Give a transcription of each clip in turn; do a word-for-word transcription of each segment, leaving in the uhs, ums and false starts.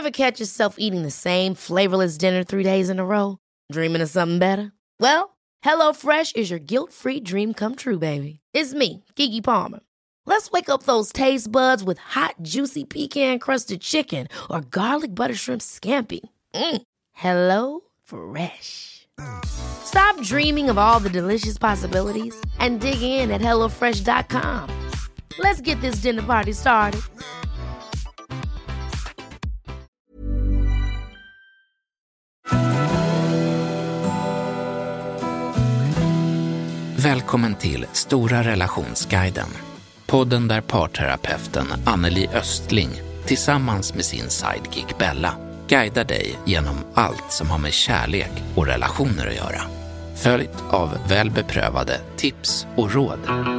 Ever catch yourself eating the same flavorless dinner three days in a row? Dreaming of something better? Well, HelloFresh is your guilt-free dream come true, baby. It's me, Keke Palmer. Let's wake up those taste buds with hot, juicy pecan-crusted chicken or garlic butter shrimp scampi. Mm. Hello Fresh. Stop dreaming of all the delicious possibilities and dig in at hello fresh dot com. Let's get this dinner party started. Välkommen till Stora relationsguiden. Podden där parterapeuten Anneli Östling tillsammans med sin sidekick Bella guidar dig genom allt som har med kärlek och relationer att göra. Följt av välbeprövade tips och råd.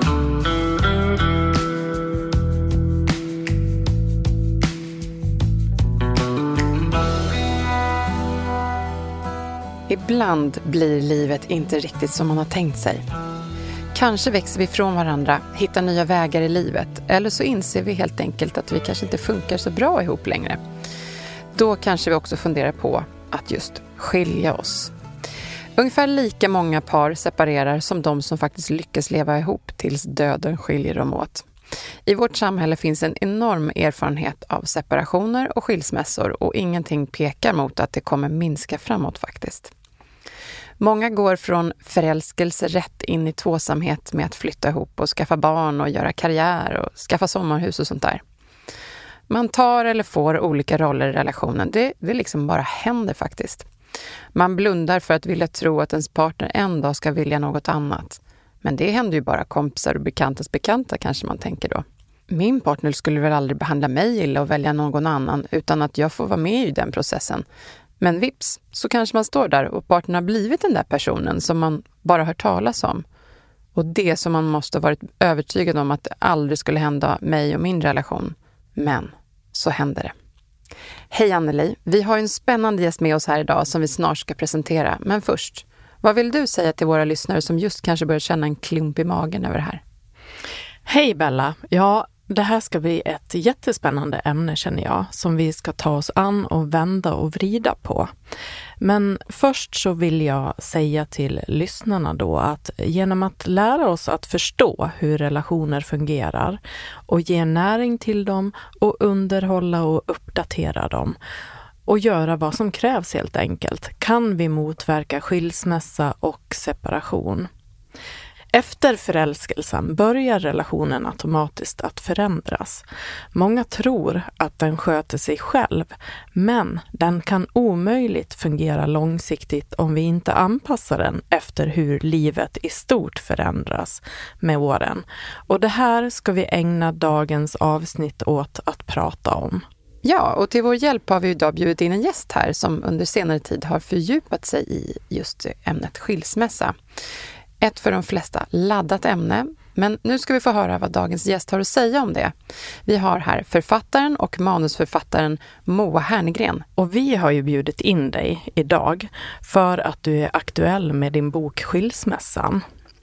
Ibland blir livet inte riktigt som man har tänkt sig. Kanske växer vi från varandra, hittar nya vägar i livet, eller så inser vi helt enkelt att vi kanske inte funkar så bra ihop längre. Då kanske vi också funderar på att just skilja oss. Ungefär lika många par separerar som de som faktiskt lyckas leva ihop tills döden skiljer dem åt. I vårt samhälle finns en enorm erfarenhet av separationer och skilsmässor och ingenting pekar mot att det kommer minska framåt faktiskt. Många går från förälskelse rätt in i tvåsamhet med att flytta ihop och skaffa barn och göra karriär och skaffa sommarhus och sånt där. Man tar eller får olika roller i relationen. Det, det liksom bara händer faktiskt. Man blundar för att vilja tro att ens partner en dag ska vilja något annat. Men det händer ju bara kompisar och bekantas bekanta kanske man tänker då. Min partner skulle väl aldrig behandla mig illa och välja någon annan utan att jag får vara med i den processen. Men vips, så kanske man står där och partnern har blivit den där personen som man bara hört talas om. Och det som man måste ha varit övertygad om att det aldrig skulle hända mig och min relation. Men så händer det. Hej Anneli, vi har en spännande gäst med oss här idag som vi snart ska presentera. Men först, vad vill du säga till våra lyssnare som just kanske börjar känna en klump i magen över det här? Hej Bella, ja det här ska bli ett jättespännande ämne känner jag som vi ska ta oss an och vända och vrida på. Men först så vill jag säga till lyssnarna då att genom att lära oss att förstå hur relationer fungerar och ge näring till dem och underhålla och uppdatera dem och göra vad som krävs helt enkelt kan vi motverka skilsmässa och separation. Efter förälskelsen börjar relationen automatiskt att förändras. Många tror att den sköter sig själv, men den kan omöjligt fungera långsiktigt om vi inte anpassar den efter hur livet i stort förändras med åren. Och det här ska vi ägna dagens avsnitt åt att prata om. Ja, och till vår hjälp har vi idag bjudit in en gäst här som under senare tid har fördjupat sig i just ämnet skilsmässa. Ett för de flesta laddat ämne, men nu ska vi få höra vad dagens gäst har att säga om det. Vi har här författaren och manusförfattaren Moa Herngren. Och vi har ju bjudit in dig idag för att du är aktuell med din bok Skilsmässan.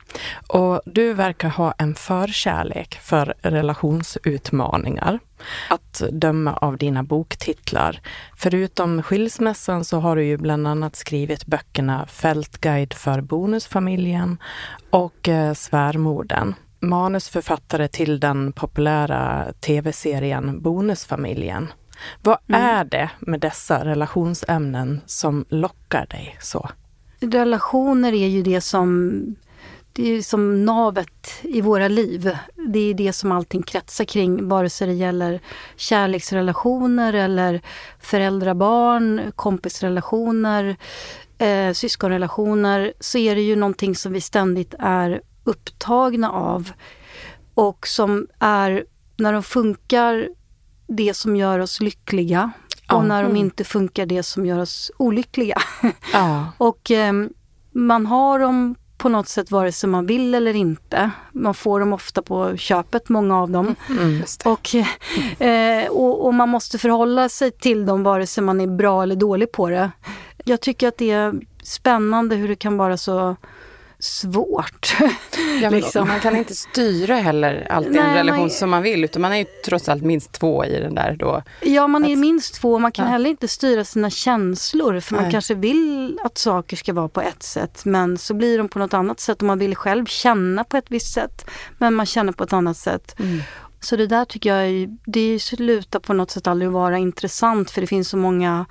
Och du verkar ha en förkärlek för relationsutmaningar. Att döma av dina boktitlar. Förutom skilsmässan så har du ju bland annat skrivit böckerna Fältguide för bonusfamiljen och eh, Svärmorden. Manusförfattare till den populära tv-serien Bonusfamiljen. Vad mm. är det med dessa relationsämnen som lockar dig så? Relationer är ju det som... Det är som navet i våra liv. Det är det som allting kretsar kring, vare sig det gäller kärleksrelationer eller föräldrabarn, kompisrelationer, eh, syskonrelationer. Så är det ju någonting som vi ständigt är upptagna av. Och som är, när de funkar, det som gör oss lyckliga. Och mm. när de inte funkar, det som gör oss olyckliga. Mm. Och eh, man har dem på något sätt vare sig man vill eller inte. Man får dem ofta på köpet, många av dem. Mm, och, eh, och, och man måste förhålla sig till dem vare sig man är bra eller dålig på det. Jag tycker att det är spännande hur det kan vara så svårt. Ja, liksom. Man kan inte styra heller alltid Nej, en relation man... som man vill, utan man är ju trots allt minst två i den där då. Ja, man är att... minst två. Man kan ja. heller inte styra sina känslor, för Nej. man kanske vill att saker ska vara på ett sätt, men så blir de på något annat sätt, och man vill själv känna på ett visst sätt, men man känner på ett annat sätt. Mm. Så det där tycker jag är, det slutar på något sätt aldrig vara intressant, för det finns så många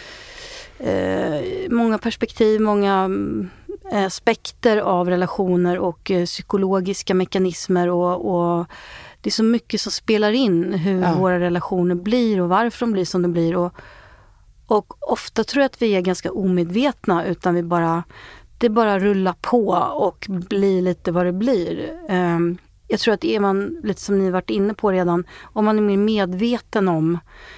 eh, många perspektiv, många eh, aspekter av relationer och eh, psykologiska mekanismer, och, och det är så mycket som spelar in hur ja. våra relationer blir och varför de blir som de blir, och, och ofta tror jag att vi är ganska omedvetna, utan vi bara det bara rullar på och blir lite vad det blir. Um, Jag tror att är man, lite som ni varit inne på redan, om man är mer medveten om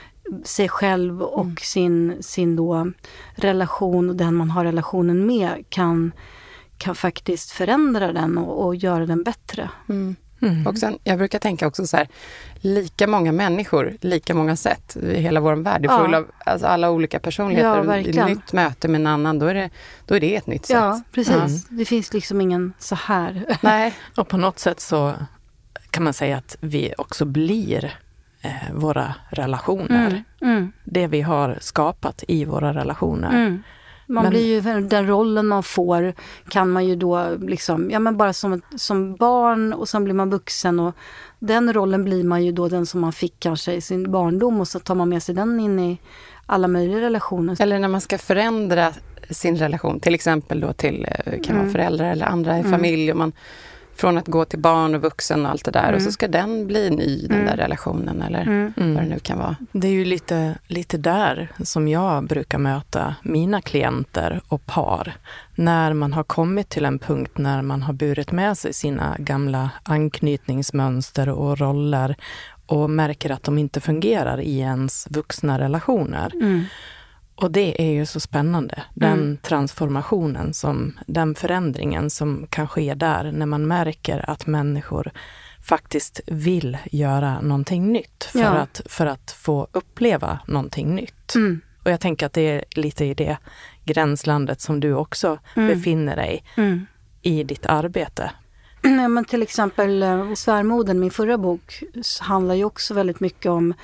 sig själv och mm. sin, sin då relation och den man har relationen med, kan, kan faktiskt förändra den och, och göra den bättre. Mm. Mm. Och sen, jag brukar tänka också så här, lika många människor, lika många sätt i hela vår värld är full ja. av alltså alla olika personligheter. Ja, I ett nytt möte med en annan, då är det, då är det ett nytt sätt. Ja, precis. Mm. Det finns liksom ingen så här. Nej. Och på något sätt så kan man säga att vi också blir eh, våra relationer. Mm. Mm. Det vi har skapat i våra relationer. Mm. Man men, blir ju, den rollen man får kan man ju då liksom, ja men bara som, som barn, och sen blir man vuxen, och den rollen blir man ju då den som man fick kanske i sin barndom, och så tar man med sig den in i alla möjliga relationer. Eller när man ska förändra sin relation, till exempel då till, kan vara mm. föräldrar eller andra i mm. familj, och man från att gå till barn och vuxen och allt det där. Mm. Och så ska den bli ny, den mm. där relationen. Eller mm. vad det nu kan vara. Det är ju lite, lite där som jag brukar möta mina klienter och par. När man har kommit till en punkt när man har burit med sig sina gamla anknytningsmönster och roller. Och märker att de inte fungerar i ens vuxna relationer. Mm. Och det är ju så spännande, den mm. transformationen, som, den förändringen som kan ske där när man märker att människor faktiskt vill göra någonting nytt för, ja. att, för att få uppleva någonting nytt. Mm. Och jag tänker att det är lite i det gränslandet som du också mm. befinner dig mm. i ditt arbete. Ja, men till exempel Svärmodern, min förra bok, handlar ju också väldigt mycket om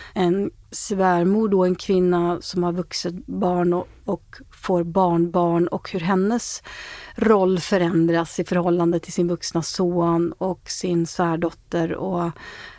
en svärmor då, en kvinna som har vuxit barn och, och får barnbarn, och hur hennes roll förändras i förhållande till sin vuxna son och sin svärdotter. Och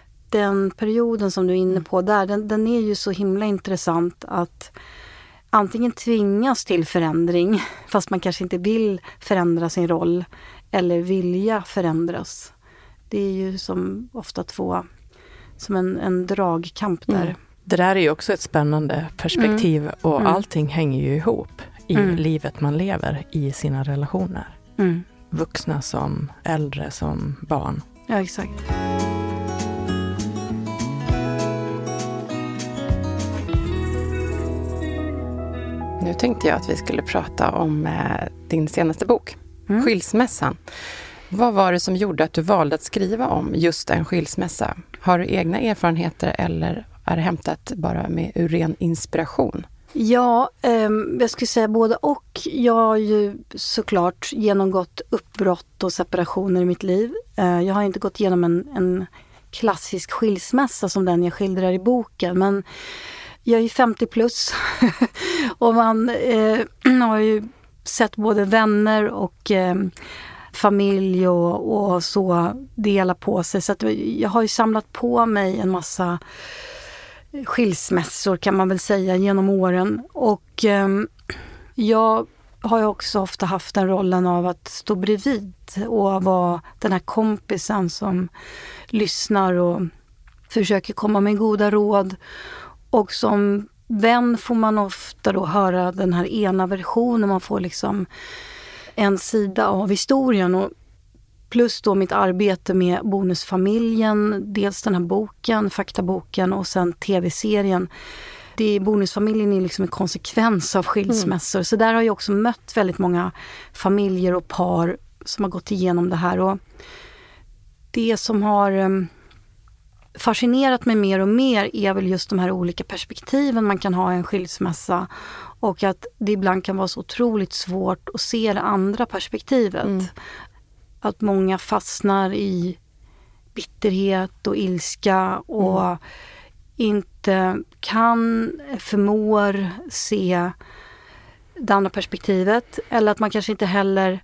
den perioden som du är inne på där, den, den är ju så himla intressant, att antingen tvingas till förändring, fast man kanske inte vill förändra sin roll, eller vilja förändras. Det är ju som ofta två, som en, en dragkamp där. Mm. Det där är ju också ett spännande perspektiv mm. och mm. allting hänger ju ihop i mm. livet man lever i sina relationer. Mm. Vuxna som äldre som barn. Ja, exakt. Nu tänkte jag att vi skulle prata om eh, din senaste bok, mm. Skilsmässan. Vad var det som gjorde att du valde att skriva om just en skilsmässa? Har du egna erfarenheter eller är det hämtat bara med ur ren inspiration? Ja, eh, jag skulle säga både och. Jag har ju såklart genomgått uppbrott och separationer i mitt liv. Eh, jag har inte gått igenom en, en klassisk skilsmässa som den jag skildrar i boken, men jag är ju femtio plus och man eh, har ju sett både vänner och eh, familj och, och så dela på sig. Så att jag har ju samlat på mig en massa skilsmässor kan man väl säga genom åren. Och eh, jag har ju också ofta haft den rollen av att stå bredvid och vara den här kompisen som lyssnar och försöker komma med goda råd. Och som vän får man ofta då höra den här ena versionen, man får liksom en sida av historien, och plus då mitt arbete med Bonusfamiljen, dels den här boken, faktaboken, och sen tv-serien. Det är, Bonusfamiljen är liksom en konsekvens av skilsmässor. Mm. Så där har jag också mött väldigt många familjer och par som har gått igenom det här. Och det som har fascinerat mig mer och mer är väl just de här olika perspektiven man kan ha i en skilsmässa. Och att det ibland kan vara så otroligt svårt att se det andra perspektivet. Mm. Att många fastnar i bitterhet och ilska och mm. inte kan, förmår se det andra perspektivet. Eller att man kanske inte heller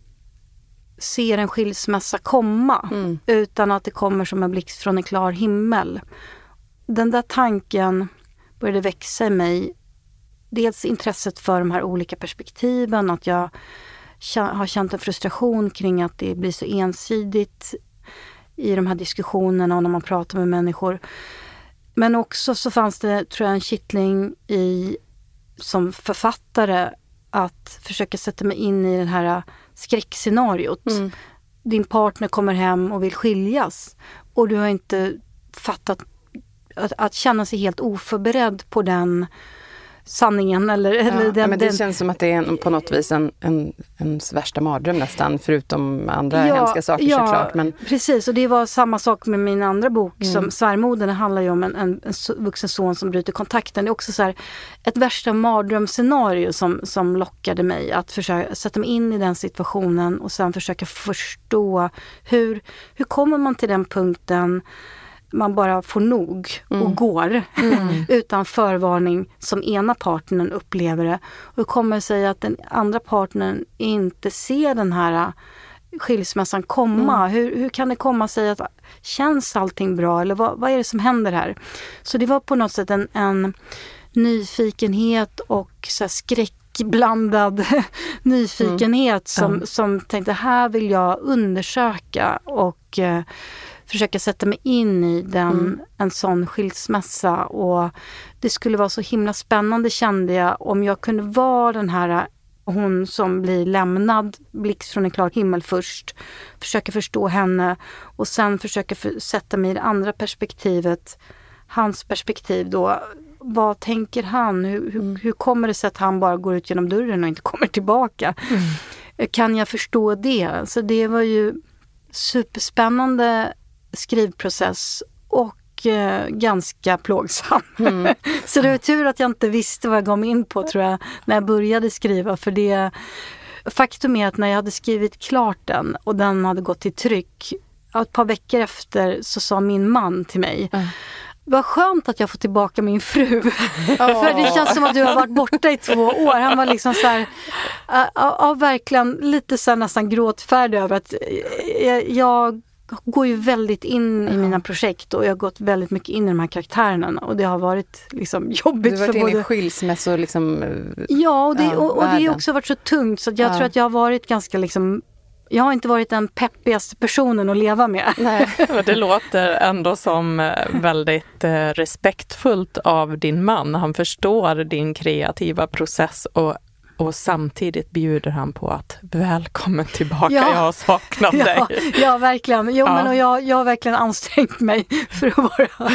ser en skilsmässa komma mm. utan att det kommer som en blixt från en klar himmel. Den där tanken började växa i mig. Dels intresset för de här olika perspektiven, att jag har känt en frustration kring att det blir så ensidigt i de här diskussionerna och när man pratar med människor. Men också så fanns det, tror jag, en kittling i som författare att försöka sätta mig in i det här skräckscenariot. Mm. Din partner kommer hem och vill skiljas och du har inte fattat att, att känna sig helt oförberedd på den sanningen. Eller, ja, eller den, men det den... känns som att det är en, på något vis en, en, en värsta mardröm nästan, förutom andra ja, hemska saker ja, såklart. Men... precis, och det var samma sak med min andra bok mm. som Svärmodern. Det handlar ju om en, en, en vuxen son som bryter kontakten. Det är också så här, ett värsta mardrömsscenario som, som lockade mig att försöka sätta mig in i den situationen och sen försöka förstå hur, hur kommer man till den punkten man bara får nog och mm. går mm. utan förvarning som ena partnern upplever det. Och det kommer sig att den andra partnern inte ser den här skilsmässan komma. Mm. Hur, hur kan det komma sig att känns allting bra? Eller vad, vad är det som händer här? Så det var på något sätt en, en nyfikenhet och så här skräckblandad nyfikenhet mm. som, mm. som tänkte, här vill jag undersöka och eh, försöka sätta mig in i den, mm. en sån skilsmässa. Och det skulle vara så himla spännande, kände jag, om jag kunde vara den här hon som blir lämnad, blixt från en klar himmel först, försöka förstå henne och sen försöka för, sätta mig i det andra perspektivet, hans perspektiv då. Vad tänker han? Hur, hur, mm. hur kommer det sig att han bara går ut genom dörren och inte kommer tillbaka? Mm. Kan jag förstå det? Så det var ju superspännande skrivprocess och eh, ganska plågsam. Mm. Så det var tur att jag inte visste vad jag gav mig in på, tror jag, när jag började skriva. För det, faktum är att när jag hade skrivit klart den och den hade gått till tryck, ett par veckor efter så sa min man till mig, mm. vad skönt att jag får tillbaka min fru. Oh. För det känns som att du har varit borta i två år. Han var liksom så här, ja, ja, verkligen lite så här nästan gråtfärdig över att jag, jag går ju väldigt in i mina projekt och jag har gått väldigt mycket in i de här karaktärerna och det har varit liksom jobbigt. Du har varit för inne både... i skilsmässa och liksom... Ja, och det, ja, och, och det har också varit så tungt så att jag ja. tror att jag har varit ganska liksom... Jag har inte varit den peppigaste personen att leva med. Nej, det låter ändå som väldigt respektfullt av din man. Han förstår din kreativa process och, och samtidigt bjuder han på att välkommen tillbaka, ja. jag har saknat ja, dig. Ja, verkligen. Jo, ja. men och jag, jag har verkligen ansträngt mig för att vara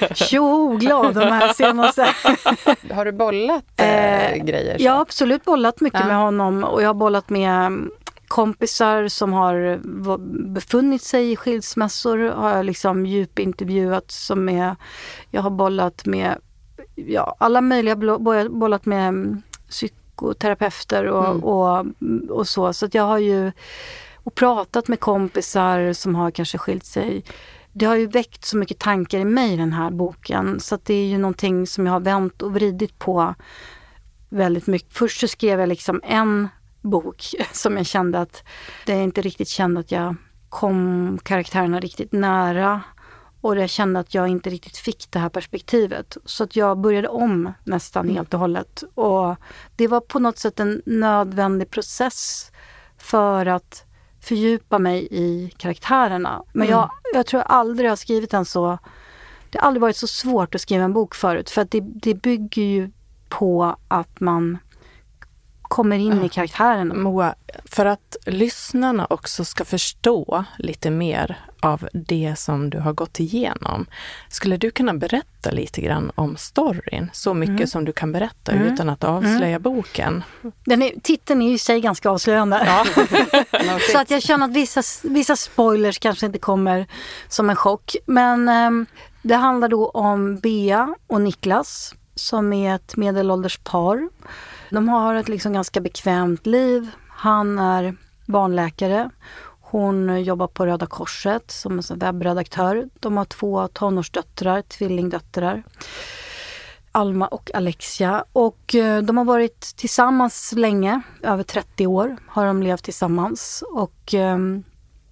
så glad de här senaste. Har du bollat äh, grejer? Så? Jag har absolut bollat mycket ja. med honom och jag har bollat med... kompisar som har befunnit sig i skilsmässor har jag liksom djupintervjuat, som är, jag har bollat med ja, alla möjliga, bollat med psykoterapeuter och, mm. och, och så. Så att jag har ju och pratat med kompisar som har kanske skilt sig. Det har ju väckt så mycket tankar i mig, den här boken. Så att det är ju någonting som jag har vänt och vridit på väldigt mycket. Först så skrev jag liksom en bok som jag kände att det inte riktigt kände att jag kom karaktärerna riktigt nära och jag kände att jag inte riktigt fick det här perspektivet. Så att jag började om nästan mm. helt och hållet. Och det var på något sätt en nödvändig process för att fördjupa mig i karaktärerna. Men mm. jag, jag tror aldrig jag har skrivit en så... Det har aldrig varit så svårt att skriva en bok förut. För att det, det bygger ju på att man kommer in Ja. i karaktären. Moa, för att lyssnarna också ska förstå lite mer av det som du har gått igenom, skulle du kunna berätta lite grann om storyn? Så mycket mm. som du kan berätta mm. utan att avslöja mm. boken. Den är, titeln är ju i sig ganska avslöjande. Ja. Så att jag känner att vissa, vissa spoilers kanske inte kommer som en chock. Men eh, det handlar då om Bea och Niklas som är ett medelålders par. De har ett liksom ganska bekvämt liv. Han är barnläkare. Hon jobbar på Röda Korset som en webbredaktör. De har två tonårsdöttrar, tvillingdöttrar. Alma och Alexia. Och de har varit tillsammans länge. Över trettio år har de levt tillsammans. Och um,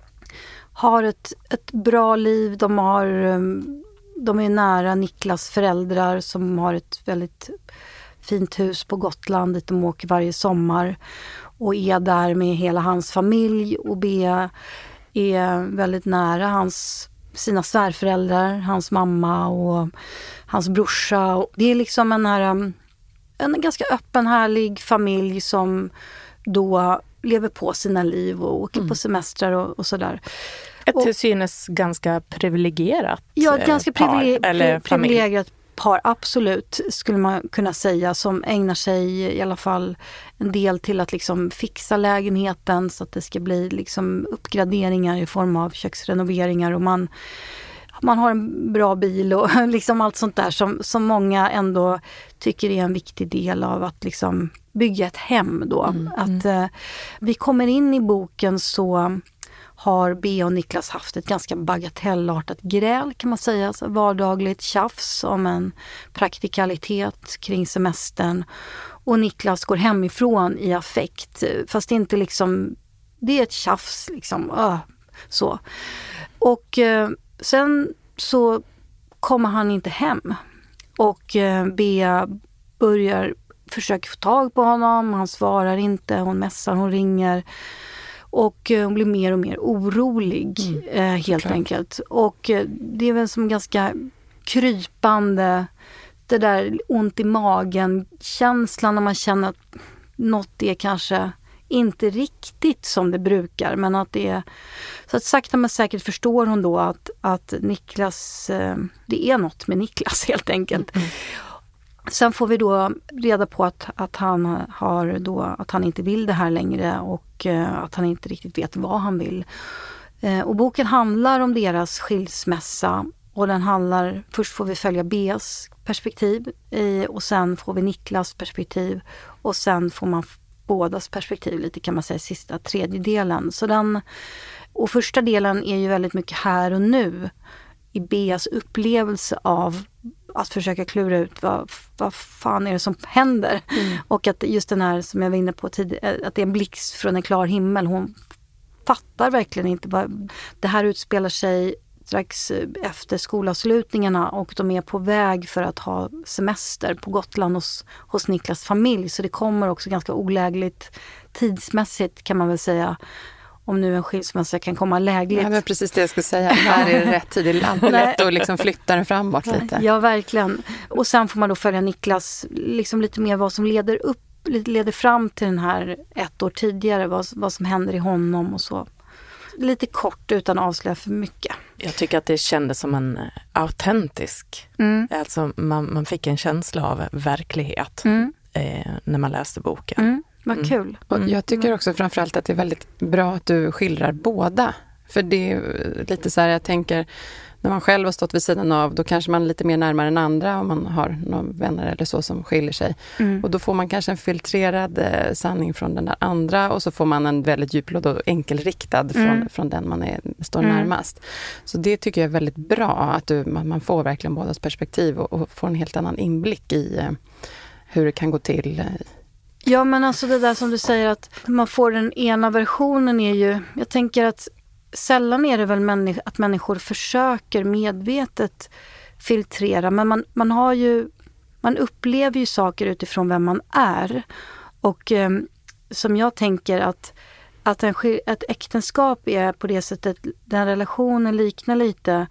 har ett, ett bra liv. De, har, um, de är nära Niklas föräldrar som har ett väldigt fint hus på Gotland dit de åker varje sommar och är där med hela hans familj. Och Bea är väldigt nära hans, sina svärföräldrar, hans mamma och hans brorsa. Och det är liksom en, här, en ganska öppen, härlig familj som då lever på sina liv och åker mm. på semestrar och, och sådär. Ett till synes ganska privilegierat Ja, ett ganska par, privile- eller privilegierat par, absolut, skulle man kunna säga, som ägnar sig i alla fall en del till att liksom fixa lägenheten så att det ska bli liksom uppgraderingar i form av köksrenoveringar, och man, man har en bra bil och liksom allt sånt där som, som många ändå tycker är en viktig del av att liksom bygga ett hem då. Mm, att mm. Eh, vi kommer in i boken så har Bea och Niklas haft ett ganska bagatellartat gräl, kan man säga. Så vardagligt tjafs om en praktikalitet kring semestern. Och Niklas går hemifrån i affekt. Fast det är inte liksom, det är ett tjafs liksom. Öh, så. Och eh, sen så kommer han inte hem. Och eh, Bea börjar försöka få tag på honom. Han svarar inte, hon messar, hon ringer. Och hon blir mer och mer orolig, mm, eh, helt klart. enkelt. Och eh, det är väl som ganska krypande, det där ont i magen, känslan när man känner att något är kanske inte riktigt som det brukar. Men att det är, så att sakta men säkert förstår hon då att, att Niklas, eh, det är något med Niklas helt enkelt. Mm. Sen får vi då reda på att, att, han har då, att han inte vill det här längre och eh, att han inte riktigt vet vad han vill. Eh, och boken handlar om deras skilsmässa, och den handlar, först får vi följa Beas perspektiv eh, och sen får vi Niklas perspektiv, och sen får man bådas perspektiv lite, kan man säga, sista tredjedelen. Så den, och första delen är ju väldigt mycket här och nu i Beas upplevelse av att försöka klura ut vad, vad fan är det som händer. Mm. Och att just den här, som jag var inne på tidigare, att det är en blixt från en klar himmel. Hon fattar verkligen inte vad det här utspelar sig strax efter skolavslutningarna, och de är på väg för att ha semester på Gotland hos, hos Niklas familj. Så det kommer också ganska olägligt tidsmässigt, kan man väl säga. Om nu en skilsmässa kan komma lägligt. Ja, men precis det jag skulle säga. Här är det rätt tid i landet och liksom flytta den framåt lite. Ja, verkligen. Och sen får man då följa Niklas liksom lite mer vad som leder upp, leder fram till den här ett år tidigare, vad, vad som händer i honom och så. Lite kort utan att avslöja för mycket. Jag tycker att det kändes som en autentisk, mm. alltså man, man fick en känsla av verklighet mm. eh, när man läste boken. Mm. Vad mm. kul. Och jag tycker också framförallt att det är väldigt bra att du skildrar båda. För det är lite så här, jag tänker, när man själv har stått vid sidan av, då kanske man är lite mer närmare än andra om man har några vänner eller så som skiljer sig. Mm. Och då får man kanske en filtrerad eh, sanning från den där andra, och så får man en väldigt djuplåd och enkelriktad mm. från, från den man är, står mm. närmast. Så det tycker jag är väldigt bra, att du, man, man får verkligen bådas perspektiv och, och får en helt annan inblick i eh, hur det kan gå till. Eh, Ja, men alltså det där som du säger, att man får den ena versionen är ju, jag tänker att sällan är det väl människ- att människor försöker medvetet filtrera, men man, man har ju, man upplever ju saker utifrån vem man är. Och eh, som jag tänker att, att en, ett äktenskap är på det sättet, den relationen liknar lite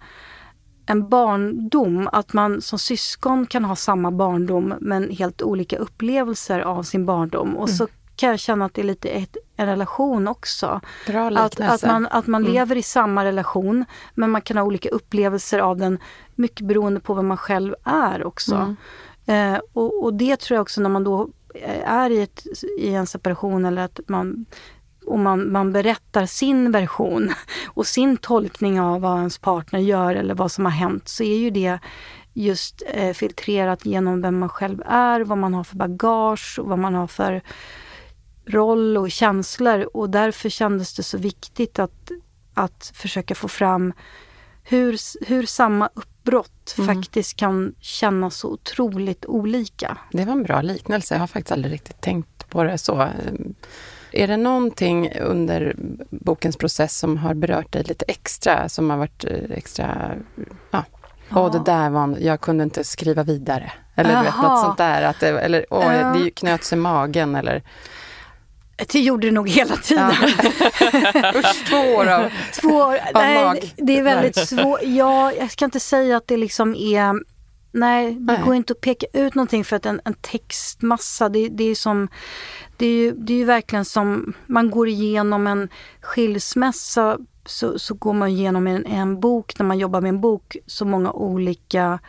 en barndom, att man som syskon kan ha samma barndom men helt olika upplevelser av sin barndom. Och mm. så kan jag känna att det är lite ett, en relation också. Bra att, att man, att man mm. lever i samma relation, men man kan ha olika upplevelser av den, mycket beroende på vad man själv är också. Mm. Eh, och, och det tror jag också när man då är i, ett, i en separation, eller att man, och man, man berättar sin version och sin tolkning av vad ens partner gör eller vad som har hänt, så är ju det just eh, filtrerat genom vem man själv är, vad man har för bagage och vad man har för roll och känslor. Och därför kändes det så viktigt att, att försöka få fram hur, hur samma uppbrott mm. faktiskt kan kännas så otroligt olika. Det var en bra liknelse. Jag har faktiskt aldrig riktigt tänkt på det så. Är det någonting under bokens process som har berört dig lite extra, som har varit extra... Ja. Ja. Och det där var, jag kunde inte skriva vidare. Eller du vet, något sånt där. Att det, eller åh, uh. det knöts i magen. Eller... Det gjorde det nog hela tiden. Ja. Usch, två år av, två år. av nej, mag. Det är väldigt svårt. Ja, jag ska inte säga att det liksom är... Nej, det nej. går inte att peka ut någonting för att en, en textmassa, det, det är som... Det är ju det är ju verkligen som... Man går igenom en skilsmässa... Så, så går man igenom en, en bok, när man jobbar med en bok, så många olika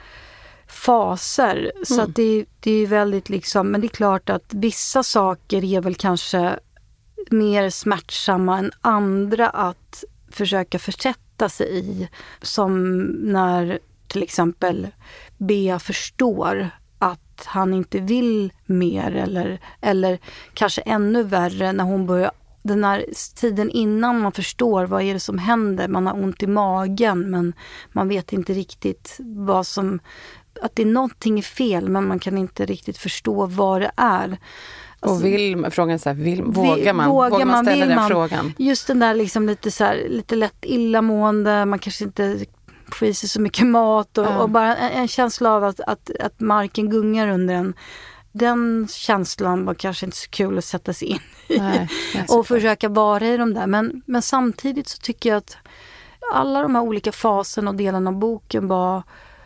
faser. Mm. Så att det, det är väldigt liksom, men det är klart att vissa saker är väl kanske mer smärtsamma än andra att försöka försätta sig i. Som när till exempel Bea förstår att han inte vill mer, eller, eller kanske ännu värre när hon börjar, den här tiden innan man förstår vad är det som händer. Man har ont i magen, men man vet inte riktigt vad som... Att det är någonting fel, men man kan inte riktigt förstå vad det är. Alltså, och vill, frågan så här, vill, vågar man, vågar, vågar man, man ställa den man, frågan? Just den där liksom lite, så här, lite lätt illamående, man kanske inte får i sig så mycket mat och, ja. och bara en, en känsla av att, att, att marken gungar under en. Den känslan var kanske inte så kul att sätta sig in i. Nej, och försöka vara i de där. Men, men samtidigt så tycker jag att alla de här olika faserna och delarna av boken var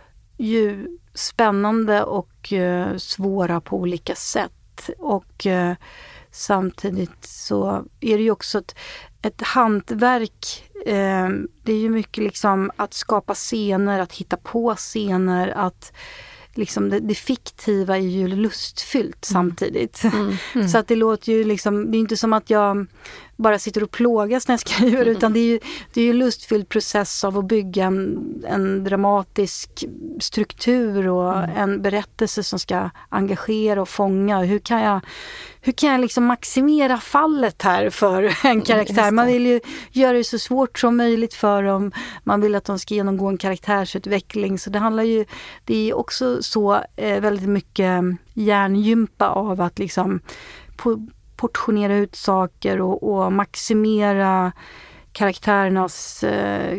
ju spännande och uh, svåra på olika sätt. Och uh, samtidigt så är det ju också ett, ett hantverk. Uh, det är ju mycket liksom att skapa scener, att hitta på scener, att liksom det, det fiktiva är ju lustfyllt mm. samtidigt. Mm. Mm. Så att det låter ju liksom, det är inte som att jag bara sitter och plågas när jag skriver, mm. utan det är ju det är ju en lustfylld process av att bygga en, en dramatisk struktur och mm. en berättelse som ska engagera och fånga. Hur kan jag hur kan jag liksom maximera fallet här för en karaktär? Man vill ju göra det så svårt som möjligt för dem. Man vill att de ska genomgå en karaktärsutveckling. Så det handlar ju, det är också så eh, väldigt mycket hjärngympa av att liksom po- portionera ut saker och, och maximera karaktärernas eh,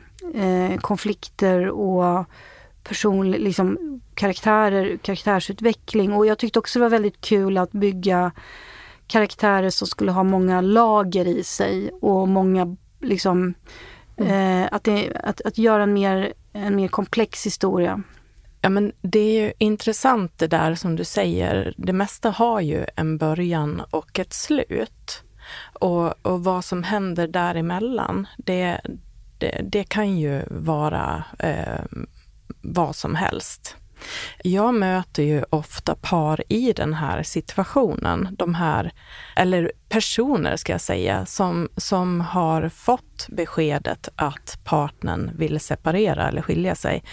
eh, konflikter och person, liksom karaktärer, karaktärsutveckling. Och jag tyckte också det var väldigt kul att bygga karaktärer som skulle ha många lager i sig och många liksom mm. eh, att, det, att, att göra en mer, en mer komplex historia. Ja, men det är ju intressant det där som du säger. Det mesta har ju en början och ett slut. Och, och vad som händer däremellan, det, det, det kan ju vara eh, vad som helst. Jag möter ju ofta par i den här situationen, de här, eller personer ska jag säga, som, som har fått beskedet att partnern vill separera eller skilja sig.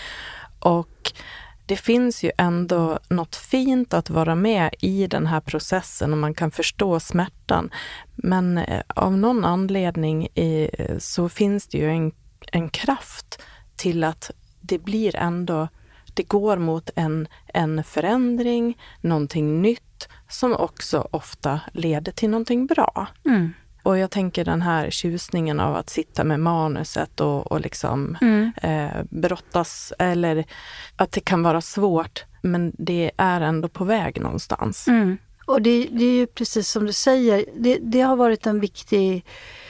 Och det finns ju ändå något fint att vara med i den här processen och man kan förstå smärtan. Men av någon anledning i, så finns det ju en, en kraft till att det blir ändå, det går mot en, en förändring, någonting nytt som också ofta leder till någonting bra. Mm. Och jag tänker den här tjusningen av att sitta med manuset och, och liksom mm. eh, brottas, eller att det kan vara svårt, men det är ändå på väg någonstans. Mm. Och det, det är ju precis som du säger, det, det har varit en viktig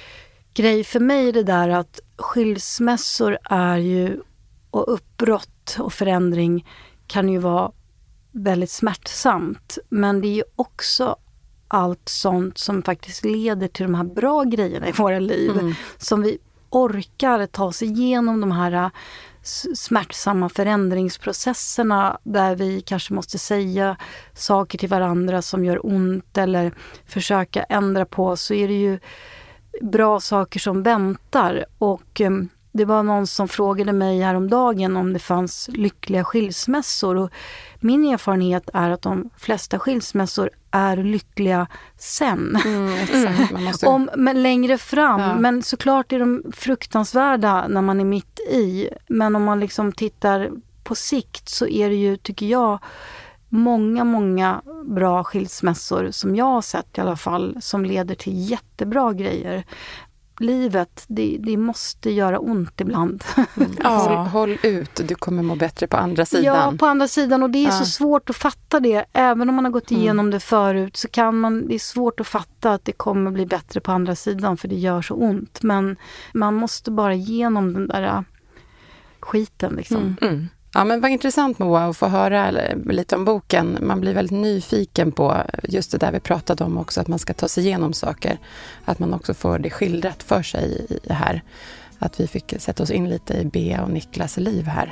grej för mig, det där att skilsmässor är ju, och uppbrott och förändring kan ju vara väldigt smärtsamt, men det är ju också allt sånt som faktiskt leder till de här bra grejerna i våra liv. Mm. Som vi orkar ta oss igenom de här smärtsamma förändringsprocesserna där vi kanske måste säga saker till varandra som gör ont eller försöka ändra på, så är det ju bra saker som väntar. Och um, det var någon som frågade mig häromdagen om det fanns lyckliga skilsmässor, och min erfarenhet är att de flesta skilsmässor är lyckliga sen. Mm, exakt. Man måste... om, men längre fram. Ja. Men såklart är de fruktansvärda när man är mitt i. Men om man liksom tittar på sikt så är det ju, tycker jag, många, många bra skilsmässor som jag har sett i alla fall, som leder till jättebra grejer. Livet, det, det måste göra ont ibland. Mm. Ja. Håll ut, du kommer må bättre på andra sidan. Ja, på andra sidan, och det är ja. så svårt att fatta det. Även om man har gått igenom mm. det förut så kan man, det är svårt att fatta att det kommer bli bättre på andra sidan, för det gör så ont. Men man måste bara igenom den där skiten liksom. Mm. Mm. Ja, men vad intressant, Moa, att få höra lite om boken. Man blir väldigt nyfiken på just det där vi pratade om också, att man ska ta sig igenom saker. Att man också får det skildrat för sig i det här. Att vi fick sätta oss in lite i Bea och Niklas liv här.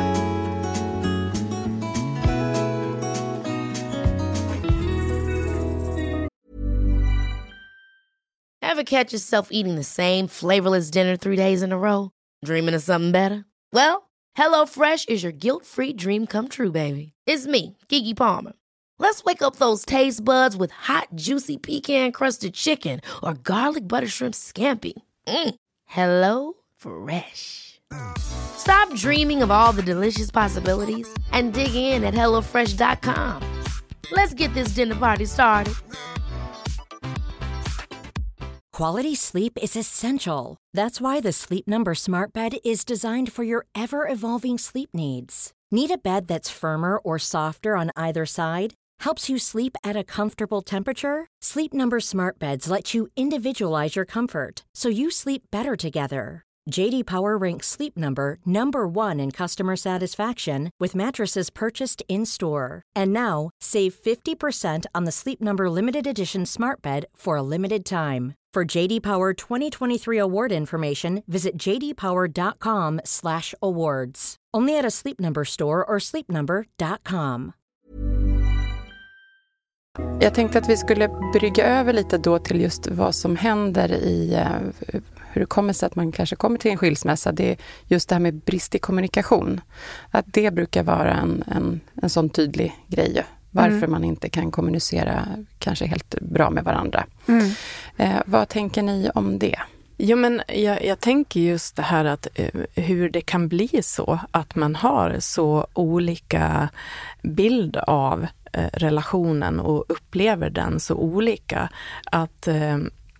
Ever catch yourself eating the same flavorless dinner three days in a row? Dreaming of something better? Well, HelloFresh is your guilt-free dream come true, baby. It's me, Keke Palmer. Let's wake up those taste buds with hot, juicy pecan-crusted chicken or garlic butter shrimp scampi. Mm. Hello Fresh. Stop dreaming of all the delicious possibilities and dig in at hello fresh dot com. Let's get this dinner party started. Quality sleep is essential. That's why the Sleep Number Smart Bed is designed for your ever-evolving sleep needs. Need a bed that's firmer or softer on either side? Helps you sleep at a comfortable temperature? Sleep Number Smart Beds let you individualize your comfort, so you sleep better together. J D Power ranks Sleep Number number one in customer satisfaction with mattresses purchased in-store. And now, save fifty percent on the Sleep Number Limited Edition Smart Bed for a limited time. For J D Power twenty twenty-three award information, visit j d power dot com slash awards. Only at a Sleep Number store or sleep number dot com. Jag tänkte att vi skulle brygga över lite då till just vad som händer i uh, hur det kommer sig att man kanske kommer till en skilsmässa. Det är just det här med brist i kommunikation. Att det brukar vara en, en, en sån tydlig grej. Varför mm. man inte kan kommunicera kanske helt bra med varandra. Mm. Eh, vad tänker ni om det? Jo, men jag, jag tänker just det här att uh, hur det kan bli så att man har så olika bild av uh, relationen och upplever den så olika. Att uh,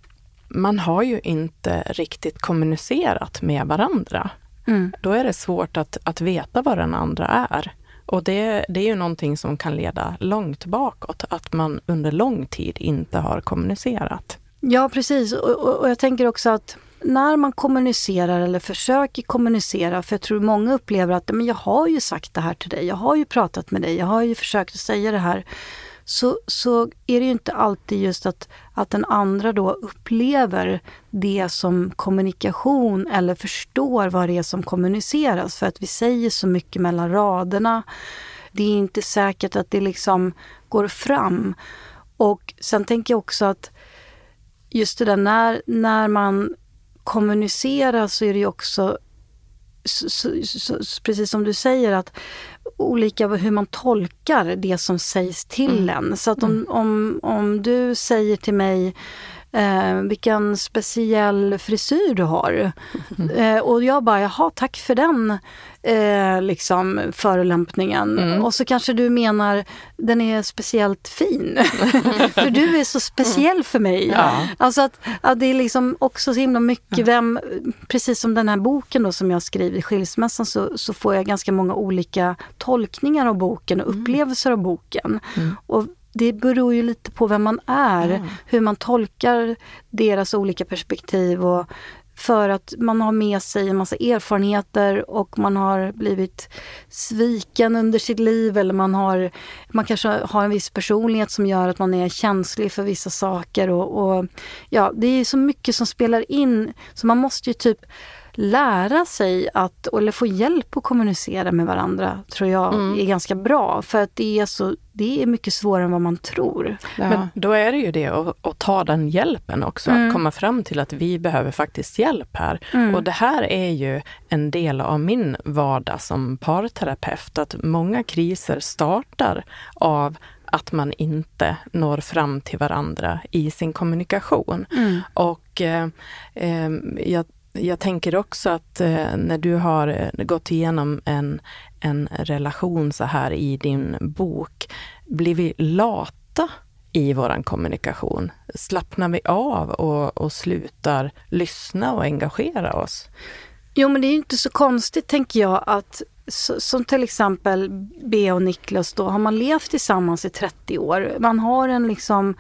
man har ju inte riktigt kommunicerat med varandra. Mm. Då är det svårt att, att veta vad den andra är. Och det, det är ju någonting som kan leda långt bakåt. Att man under lång tid inte har kommunicerat. Ja, precis. Och, och, och jag tänker också att när man kommunicerar eller försöker kommunicera, för jag tror många upplever att men jag har ju sagt det här till dig, jag har ju pratat med dig, jag har ju försökt att säga det här. Så, så är det ju inte alltid just att, att den andra då upplever det som kommunikation eller förstår vad det är som kommuniceras. För att vi säger så mycket mellan raderna. Det är inte säkert att det liksom går fram. Och sen tänker jag också att just det där när, när man kommunicerar så är det ju också så, så, så, precis som du säger att olika hur man tolkar det som sägs till mm. en. Så att om, om, om du säger till mig eh, vilken speciell frisyr du har mm. eh, och jag bara, jaha, tack för den eh, liksom förolämpningen. Mm. Och så kanske du menar den är speciellt fin. För du är så speciell för mig. Ja. Alltså att, att det är liksom också så himla mycket vem, precis som den här boken då som jag skriver i Skilsmässan, så, så får jag ganska många olika tolkningar av boken och upplevelser av boken. Mm. Och det beror ju lite på vem man är, mm. hur man tolkar deras olika perspektiv och För att man har med sig en massa erfarenheter och man har blivit sviken under sitt liv, eller man har man kanske har en viss personlighet som gör att man är känslig för vissa saker, och, och ja, det är så mycket som spelar in, så man måste ju typ lära sig att, eller få hjälp att kommunicera med varandra, tror jag mm. är ganska bra, för att det är så det är mycket svårare än vad man tror. Ja. Men då är det ju det att, att ta den hjälpen också, mm. att komma fram till att vi behöver faktiskt hjälp här. Mm. Och det här är ju en del av min vardag som parterapeut, att många kriser startar av att man inte når fram till varandra i sin kommunikation. Mm. Och eh, eh, jag Jag tänker också att eh, när du har eh, gått igenom en, en relation så här i din bok, blir vi lata i våran kommunikation? Slappnar vi av och, och slutar lyssna och engagera oss? Jo, men det är ju inte så konstigt, tänker jag, att så, som till exempel B och Niklas då, har man levt tillsammans i trettio år. Man har en liksom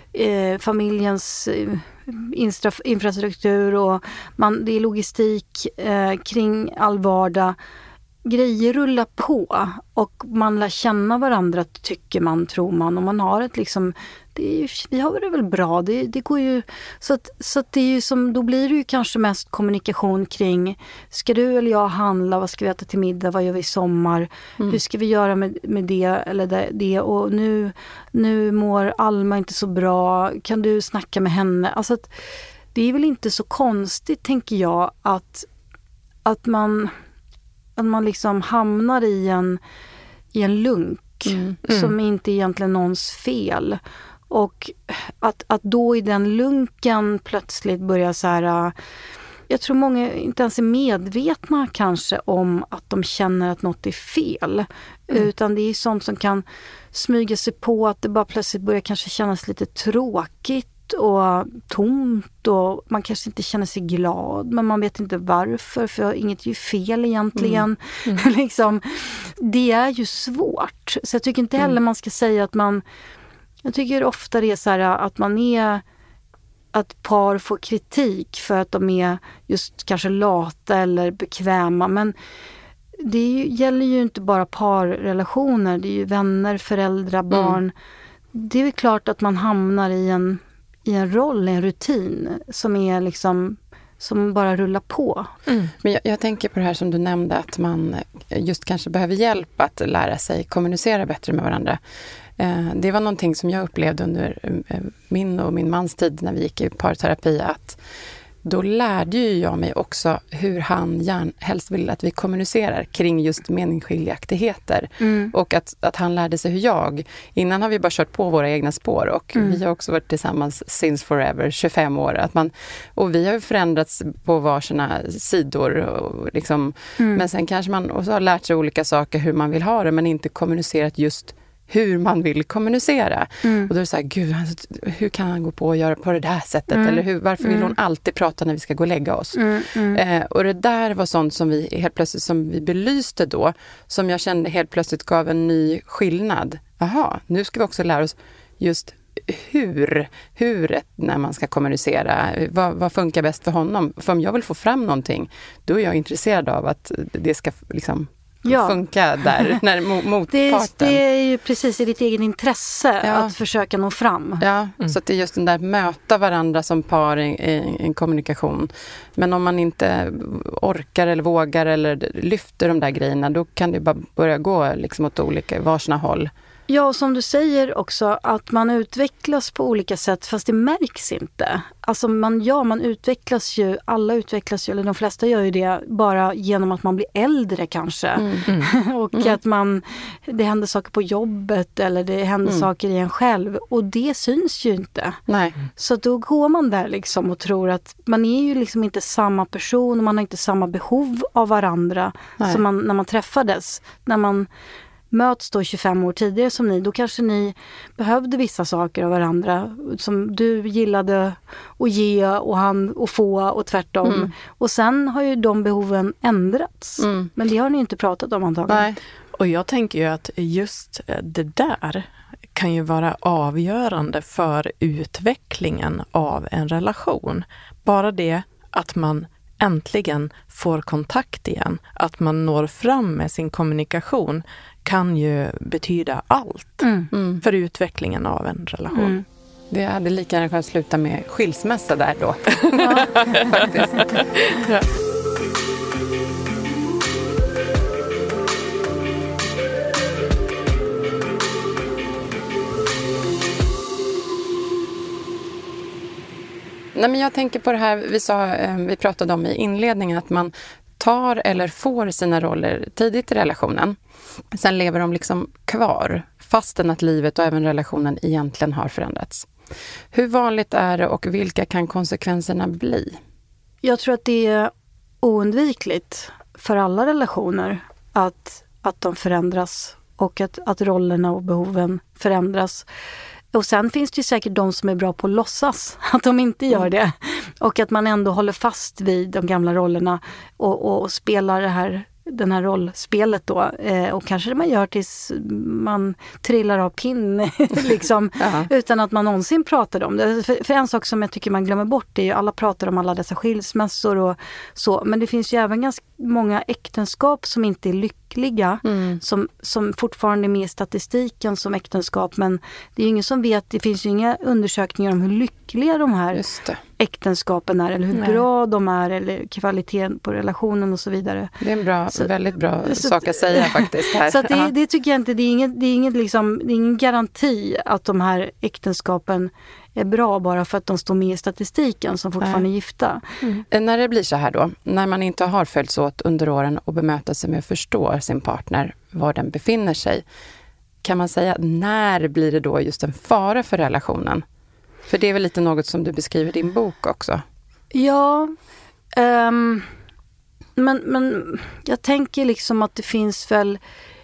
eh, familjens eh, Infra- infrastruktur och man, det är logistik eh, kring all vardag. Grejer rullar på och man lär känna varandra, tycker man, tror man, och man har ett liksom, det är, vi har det väl bra, det, det går ju, så att, så att det är ju som, då blir det ju kanske mest kommunikation kring, ska du eller jag handla, vad ska vi äta till middag, vad gör vi i sommar, mm. hur ska vi göra med, med det eller det, det och nu, nu mår Alma inte så bra, kan du snacka med henne, alltså att det är väl inte så konstigt, tänker jag, att, att man att man liksom hamnar i en, i en lunk mm. Mm. som inte egentligen någons fel. Och att, att då i den lunken plötsligt börja så här, jag tror många inte ens är medvetna kanske om att de känner att något är fel. Mm. Utan det är sånt som kan smyga sig på, att det bara plötsligt börjar kanske kännas lite tråkigt och tomt, och man kanske inte känner sig glad, men man vet inte varför, för inget är ju fel egentligen. Mm. Mm. liksom, det är ju svårt, så jag tycker inte heller mm. man ska säga att man, jag tycker ofta det är så här att man är, att par får kritik för att de är just kanske lata eller bekväma, men det är ju, gäller ju inte bara parrelationer, det är ju vänner, föräldrar, barn. Mm. Det är ju klart att man hamnar i en i en roll, en rutin som är liksom, som bara rullar på. Mm. Men jag, jag tänker på det här som du nämnde, att man just kanske behöver hjälp att lära sig kommunicera bättre med varandra. Eh, det var någonting som jag upplevde under eh, min och min mans tid när vi gick i parterapi, att då lärde ju jag mig också hur han gärna helst vill att vi kommunicerar kring just meningsskiljaktigheter. Mm. Och att, att han lärde sig hur jag, innan har vi bara kört på våra egna spår, och mm. vi har också varit tillsammans since forever, tjugofem år. Att man, och vi har ju förändrats på varsina sidor. Och liksom, mm. Men sen kanske man också har lärt sig olika saker hur man vill ha det, men inte kommunicerat just hur man vill kommunicera. Mm. Och då är det så här, gud, hur kan han gå på och göra på det där sättet? Mm. Eller hur, varför vill hon alltid prata när vi ska gå och lägga oss? Mm. Mm. Eh, och det där var sånt som vi helt plötsligt, som vi belyste då, som jag kände helt plötsligt gav en ny skillnad. Aha, nu ska vi också lära oss just hur, hur när man ska kommunicera. Vad, vad funkar bäst för honom? För om jag vill få fram någonting, då är jag intresserad av att det ska liksom ja. funka där, när motparten. Det, det är ju precis i ditt eget intresse ja. att försöka nå fram. Ja, mm. så att det är just den där möta varandra som par i, i en kommunikation. Men om man inte orkar eller vågar eller lyfter de där grejerna, då kan det bara börja gå liksom åt olika varsna håll. Ja, och som du säger också, att man utvecklas på olika sätt, fast det märks inte. Alltså man, ja, man utvecklas ju, alla utvecklas ju, eller de flesta gör ju det bara genom att man blir äldre kanske. Mm. Mm. och mm. att man, det händer saker på jobbet eller det händer mm. saker i en själv, och det syns ju inte. Nej. Så då går man där liksom och tror att man är ju liksom inte samma person, och man har inte samma behov av varandra Nej. som man, när man träffades. När man möts då tjugofem år tidigare som ni, då kanske ni behövde vissa saker av varandra som du gillade att ge och han att få och tvärtom. Mm. Och sen har ju de behoven ändrats. Mm. Men det har ni inte pratat om antagligen. Nej. Och jag tänker ju att just det där kan ju vara avgörande för utvecklingen av en relation. Bara det att man äntligen får kontakt igen, att man når fram med sin kommunikation kan ju betyda allt Mm. Mm. för utvecklingen av en relation. Mm. Det hade lika gärna kunnat sluta med skilsmässa där då. Ja. Faktiskt. Ja. Nej, men jag tänker på det här vi, sa, vi pratade om i inledningen, att man tar eller får sina roller tidigt i relationen. Sen lever de liksom kvar, fastän att livet och även relationen egentligen har förändrats. Hur vanligt är det och vilka kan konsekvenserna bli? Jag tror att det är oundvikligt för alla relationer att, att de förändras och att, att rollerna och behoven förändras. Och sen finns det ju säkert de som är bra på att låtsas att de inte gör det. Och att man ändå håller fast vid de gamla rollerna och, och, och spelar det här, den här rollspelet då. Eh, och kanske det man gör tills man trillar av pinn liksom. Utan att man någonsin pratar om det. För, för en sak som jag tycker man glömmer bort är ju, alla pratar om alla dessa skilsmässor och så. Men det finns ju även ganska många äktenskap som inte är lyckliga. Mm. Som, som fortfarande är med i statistiken som äktenskap. Men det är ju ingen som vet, det finns ju inga undersökningar om hur lyckliga de här äktenskapen är. Eller hur Nej. bra de är. Eller kvaliteten på relationen och så vidare. Det är en bra, så, väldigt bra så, sak att säga faktiskt. Här. Så att det, det tycker jag inte, det är, inget, det, är inget liksom, det är ingen garanti att de här äktenskapen är bra bara för att de står med i statistiken som fortfarande är gifta. Mm. När det blir så här då, när man inte har följts åt under åren och bemöter sig med att förstå sin partner, var den befinner sig, kan man säga, när blir det då just en fara för relationen? För det är väl lite något som du beskriver i din bok också. Ja, um, men, men jag tänker liksom att det finns väl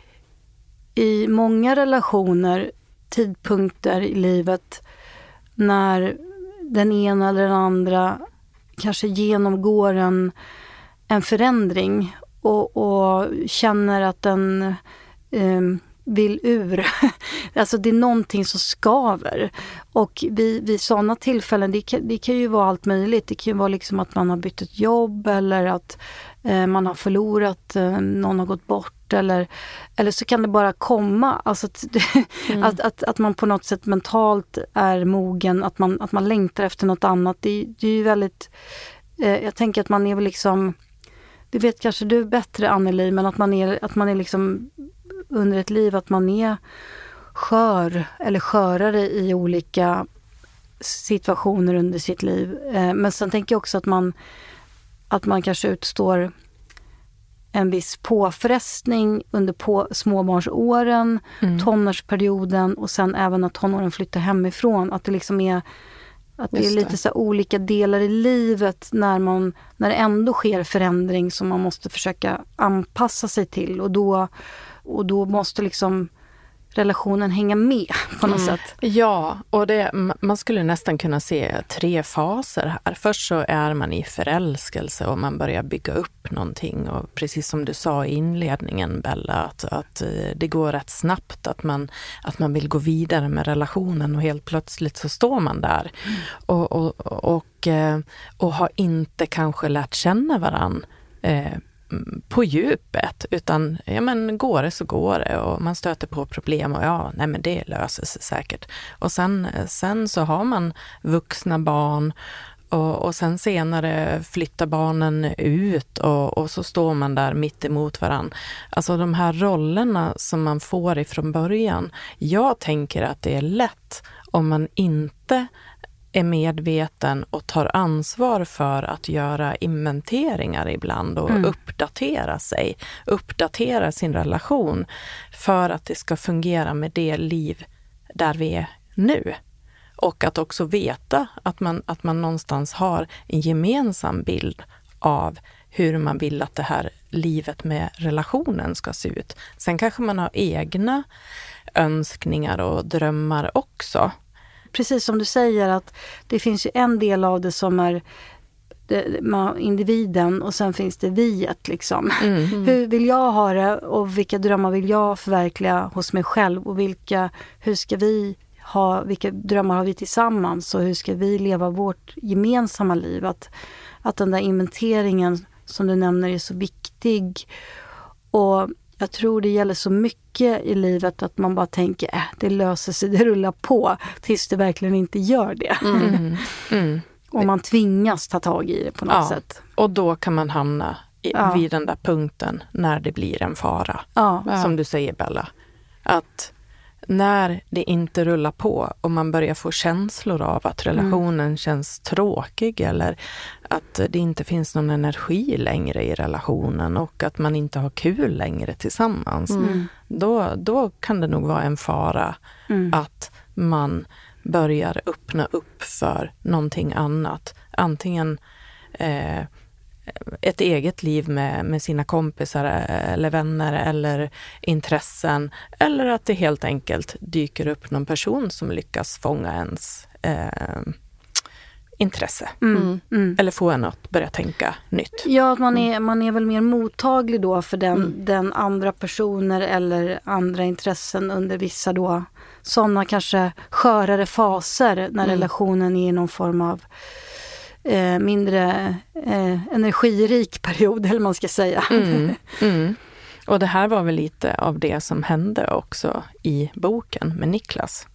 i många relationer tidpunkter i livet när den ena eller den andra kanske genomgår en, en förändring och, och känner att den eh, vill ur. Alltså det är någonting som skaver. Och vid, vid sådana tillfällen, det kan, det kan ju vara allt möjligt. Det kan ju vara liksom att man har bytt ett jobb eller att eh, man har förlorat, eh, någon har gått bort. Eller, eller så kan det bara komma. Alltså att, mm. att, att, att man på något sätt mentalt är mogen. Att man, att man längtar efter något annat. Det, det är ju väldigt... Eh, jag tänker att man är väl liksom... Det vet kanske du bättre, Anneli. Men att man är, att man är liksom under ett liv att man är skör eller skörare i olika situationer under sitt liv. Eh, men sen tänker jag också att man, att man kanske utstår en viss påfrestning under på småbarnsåren, mm. tonårsperioden och sen även när tonåren flyttar hemifrån. Att det liksom är, att det är lite det. Så här olika delar i livet när, man, när det ändå sker förändring som man måste försöka anpassa sig till. Och då, och då måste liksom relationen hänga med på något mm. sätt. Ja, och det, man skulle nästan kunna se tre faser här. Först så är man i förälskelse och man börjar bygga upp någonting. Och precis som du sa i inledningen, Bella, att, att det går rätt snabbt att man, att man vill gå vidare med relationen och helt plötsligt så står man där. Mm. Och, och, och, och har inte kanske lärt känna varann eh, på djupet, utan ja, men går det så går det och man stöter på problem och ja, nej men det löser sig säkert. Och sen, sen så har man vuxna barn och, och sen senare flyttar barnen ut och, och så står man där mitt emot varann. Alltså de här rollerna som man får ifrån början, jag tänker att det är lätt om man inte är medveten och tar ansvar för att göra inventeringar ibland och mm. uppdatera sig, uppdatera sin relation för att det ska fungera med det liv där vi är nu. Och att också veta att man, att man någonstans har en gemensam bild av hur man vill att det här livet med relationen ska se ut. Sen kanske man har egna önskningar och drömmar också. Precis som du säger, att det finns ju en del av det som är det, man, individen och sen finns det viet liksom. Mm. Mm. Hur vill jag ha det och vilka drömmar vill jag förverkliga hos mig själv och vilka, hur ska vi ha, vilka drömmar har vi tillsammans och hur ska vi leva vårt gemensamma liv. Att, att den där inventeringen som du nämner är så viktig. Och jag tror det gäller så mycket i livet att man bara tänker äh, det löser sig, det rullar på tills det verkligen inte gör det. Mm. Mm. Och man tvingas ta tag i det på något ja. sätt. Och då kan man hamna i, ja. vid den där punkten när det blir en fara. Ja. Som du säger, Bella. Att när det inte rullar på och man börjar få känslor av att relationen mm. känns tråkig eller att det inte finns någon energi längre i relationen och att man inte har kul längre tillsammans. Mm. Då, då kan det nog vara en fara mm. att man börjar öppna upp för någonting annat. Antingen eh, ett eget liv med, med sina kompisar eller vänner eller intressen. Eller att det helt enkelt dyker upp någon person som lyckas fånga ens eh, intresse. Mm, mm. Eller få en att börja tänka nytt. Ja, att man är, man är väl mer mottaglig då för den, mm. den andra personer eller andra intressen under vissa då sådana kanske skörare faser när mm. relationen är i någon form av eh, mindre eh, energirik period, eller man ska säga. Mm. Mm. Och det här var väl lite av det som hände också i boken med Niklas.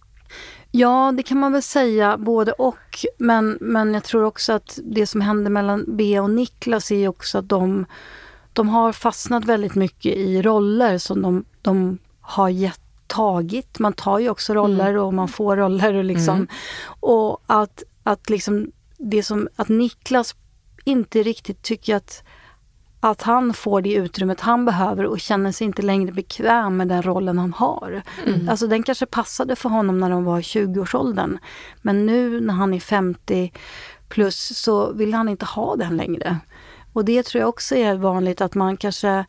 Ja, det kan man väl säga, både och. Men, men jag tror också att det som hände mellan Bea och Niklas är också att de, de har fastnat väldigt mycket i roller som de, de har gett, tagit. Man tar ju också roller mm. och man får roller. Och, liksom, mm. och att, att, liksom, det som, att Niklas inte riktigt tycker att att han får det utrymmet han behöver och känner sig inte längre bekväm med den rollen han har. Mm. Alltså den kanske passade för honom när de var i tjugoårsåldern. Men nu när han är femtio plus så vill han inte ha den längre. Och det tror jag också är vanligt, att man kanske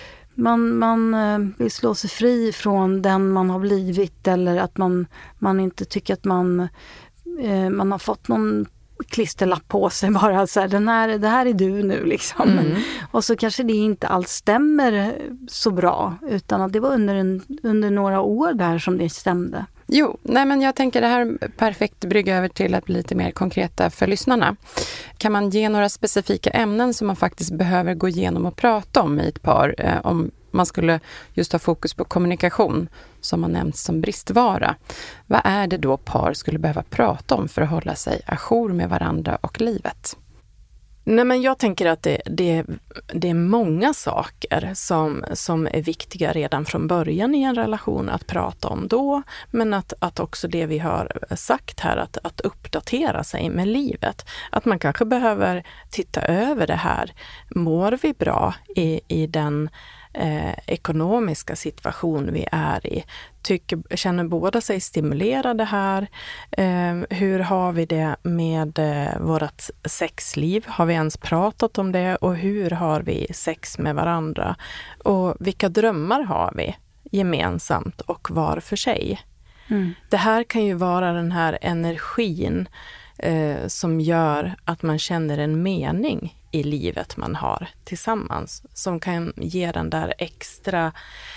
man, man vill slå sig fri från den man har blivit, eller att man, man inte tycker att man, eh, man har fått någon klisterlapp på sig bara så här, den här, det här är du nu liksom. Mm. Och så kanske det inte alls stämmer så bra, utan att det var under, en, under några år där som det stämde. Jo, nej men jag tänker det här perfekt brygga över till att bli lite mer konkreta för lyssnarna. Kan man ge några specifika ämnen som man faktiskt behöver gå igenom och prata om i ett par, eh, om man skulle just ha fokus på kommunikation som har nämnts som bristvara? Vad är det då par skulle behöva prata om för att hålla sig ajour med varandra och livet? Nej, men jag tänker att det, det, det är många saker som, som är viktiga redan från början i en relation att prata om då. Men att, att också det vi har sagt här, att, att uppdatera sig med livet. Att man kanske behöver titta över det här. Mår vi bra i, i den eh, ekonomiska situation vi är i? Tycker, känner båda sig stimulerade här? Eh, hur har vi det med eh, vårt sexliv? Har vi ens pratat om det? Och hur har vi sex med varandra? Och vilka drömmar har vi gemensamt och var för sig? Mm. Det här kan ju vara den här energin eh, som gör att man känner en mening i livet man har tillsammans. Som kan ge den där extra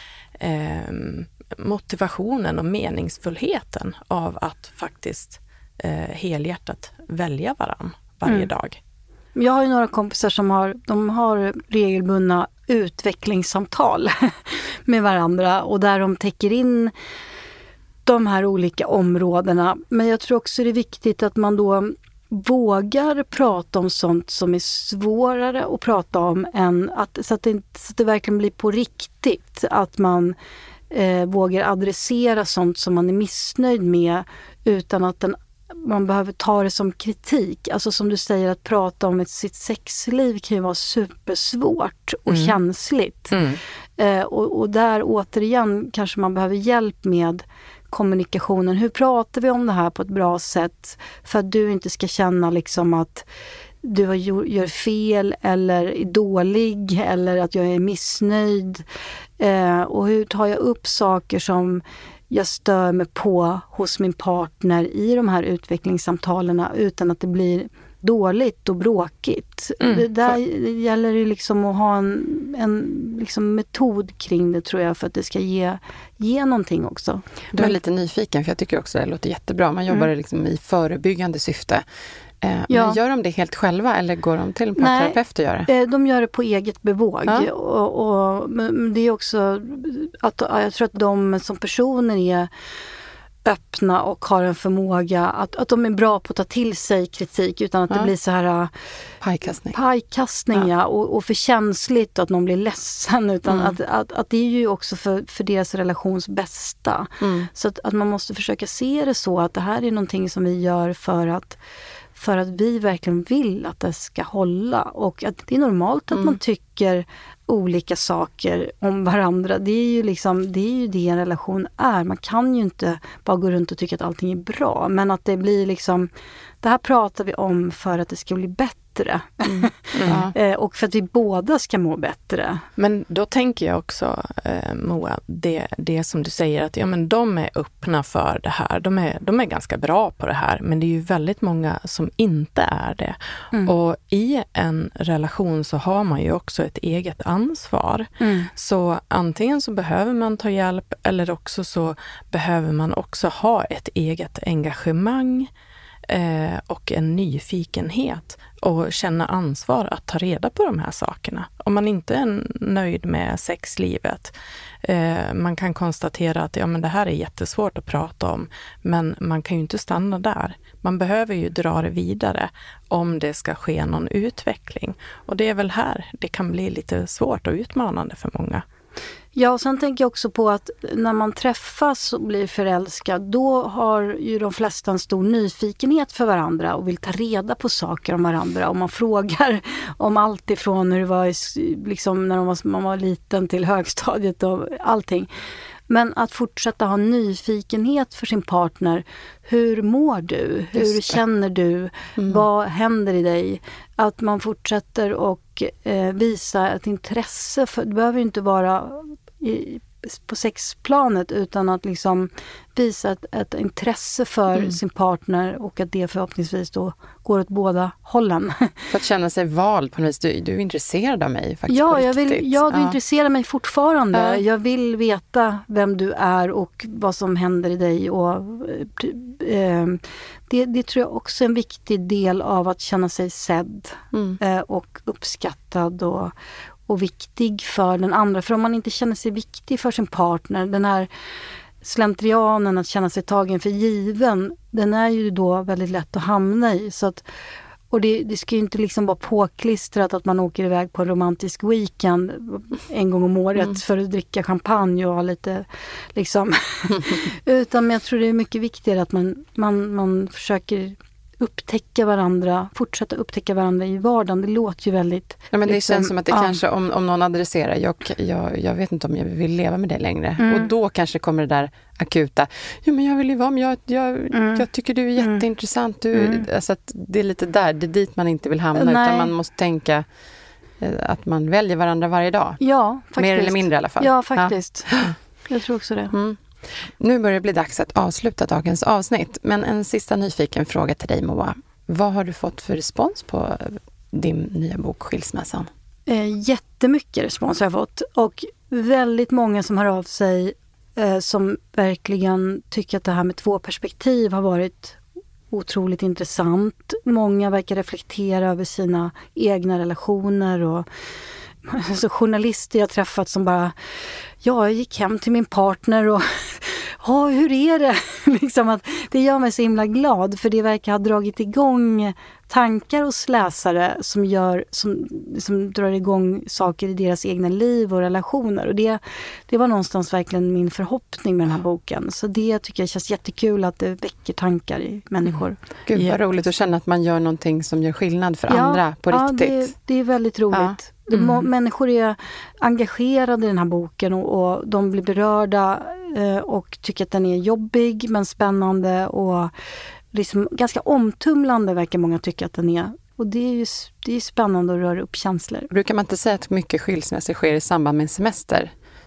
eh, motivationen och meningsfullheten av att faktiskt eh, helhjärtat välja varann varje mm. dag. Jag har ju några kompisar som har, de har regelbundna utvecklingssamtal med varandra och där de täcker in de här olika områdena. Men jag tror också det är viktigt att man då vågar prata om sånt som är svårare att prata om än att, så att det, så att det verkligen blir på riktigt. Att man eh, vågar adressera sånt som man är missnöjd med utan att den, man behöver ta det som kritik. Alltså som du säger, att prata om ett, sitt sexliv kan ju vara supersvårt och mm. känsligt. Mm. Eh, och, och där återigen kanske man behöver hjälp med kommunikationen. Hur pratar vi om det här på ett bra sätt för att du inte ska känna liksom att du har gör fel eller är dålig eller att jag är missnöjd. Eh, och hur tar jag upp saker som jag stör mig på hos min partner i de här utvecklingssamtalen utan att det blir dåligt och bråkigt. Mm, det där för... det gäller ju liksom att ha en, en liksom metod kring det, tror jag, för att det ska ge, ge någonting också. Du är Men... lite nyfiken, för jag tycker också det låter jättebra. Man jobbar mm. liksom i förebyggande syfte. Eh, ja. Men gör de det helt själva eller går de till en parterapeut och gör det? De gör det på eget bevåg. Ja. Och, och, men det är också att jag tror att de som personer är öppna och har en förmåga att, att de är bra på att ta till sig kritik utan att ja. det blir så här pajkastning, pajkastning ja. och, och för känsligt att någon blir ledsen, utan mm. att, att, att det är ju också för, för deras relations bästa. Mm. Så att, att man måste försöka se det så att det här är någonting som vi gör för att för att vi verkligen vill att det ska hålla, och att det är normalt att mm. man tycker olika saker om varandra. Det är ju liksom, det är ju det en relation är. Man kan ju inte bara gå runt och tycka att allting är bra, men att det blir liksom, det här pratar vi om för att det ska bli bättre. Mm. Mm. Och för att vi båda ska må bättre. Men då tänker jag också, eh, Moa, det, det som du säger att ja, men de är öppna för det här. De är, de är ganska bra på det här, men det är ju väldigt många som inte är det. Mm. Och i en relation så har man ju också ett eget ansvar. Mm. Så antingen så behöver man ta hjälp, eller också så behöver man också ha ett eget engagemang eh, och en nyfikenhet och känna ansvar att ta reda på de här sakerna. Om man inte är nöjd med sexlivet, eh, man kan konstatera att ja, men det här är jättesvårt att prata om, men man kan ju inte stanna där. Man behöver ju dra det vidare om det ska ske någon utveckling. Och det är väl här det kan bli lite svårt och utmanande för många. Ja, och sen tänker jag också på att när man träffas och blir förälskad, då har ju de flesta en stor nyfikenhet för varandra och vill ta reda på saker om varandra. Och man frågar om allt ifrån hur det var liksom, när man var, man var liten till högstadiet och allting. Men att fortsätta ha nyfikenhet för sin partner. Hur mår du? Hur känner du? Mm. Vad händer i dig? Att man fortsätter och eh, visa ett intresse. För, det behöver ju inte vara i, på sexplanet, utan att liksom visa ett, ett intresse för mm. sin partner, och att det förhoppningsvis då går åt båda hållen. För att känna sig vald på något vis. Du, du är intresserad av mig faktiskt. Ja, jag vill, ja du ja. intresserar mig fortfarande. Ja. Jag vill veta vem du är och vad som händer i dig. Och, eh, det, det tror jag också är en viktig del av att känna sig sedd mm. eh, och uppskattad och och viktig för den andra. För om man inte känner sig viktig för sin partner, den här slentrianen att känna sig tagen för given, den är ju då väldigt lätt att hamna i. Så att, och det, det ska ju inte liksom vara påklistrat att man åker iväg på en romantisk weekend en gång om året mm. för att dricka champagne och ha lite liksom. Utan men jag tror det är mycket viktigare att man, man, man försöker upptäcka varandra, fortsätta upptäcka varandra i vardagen. Det låter ju väldigt... Ja, men det liksom, känns som att det ja. kanske, om, om någon adresserar, jag, jag, jag vet inte om jag vill leva med det längre. Mm. Och då kanske kommer det där akuta, ja men jag vill ju vara med, jag, jag, mm. jag tycker du är jätteintressant. Du, mm. alltså att det är lite där, det är dit man inte vill hamna. Nej. Utan man måste tänka att man väljer varandra varje dag. Ja, faktiskt. Mer eller mindre i alla fall. Ja, faktiskt. Ja. Jag tror också det. Mm. Nu börjar det bli dags att avsluta dagens avsnitt. Men en sista nyfiken fråga till dig, Moa. Vad har du fått för respons på din nya bok Skilsmässan? Eh, jättemycket respons har jag fått. Och väldigt många som hör av sig eh, som verkligen tycker att det här med två perspektiv har varit otroligt intressant. Många verkar reflektera över sina egna relationer och alltså journalister jag träffat som bara, ja, jag gick hem till min partner och ja, hur är det? liksom att det gör mig så himla glad, för det verkar ha dragit igång tankar hos läsare som gör som, som drar igång saker i deras egna liv och relationer, och det, det var någonstans verkligen min förhoppning med den här boken. Så det tycker jag känns jättekul, att det väcker tankar i människor. Mm. Gud vad roligt att känna att man gör någonting som gör skillnad för ja, andra på ja, riktigt. Det, det är väldigt roligt. Ja. Mm. Människor är engagerade i den här boken och, och de blir berörda eh, och tycker att den är jobbig men spännande och liksom ganska omtumlande, verkar många tycka att den är. Och det är ju det är spännande att röra upp känslor. Brukar man inte säga att mycket skilsmässor sker i samband med en semester?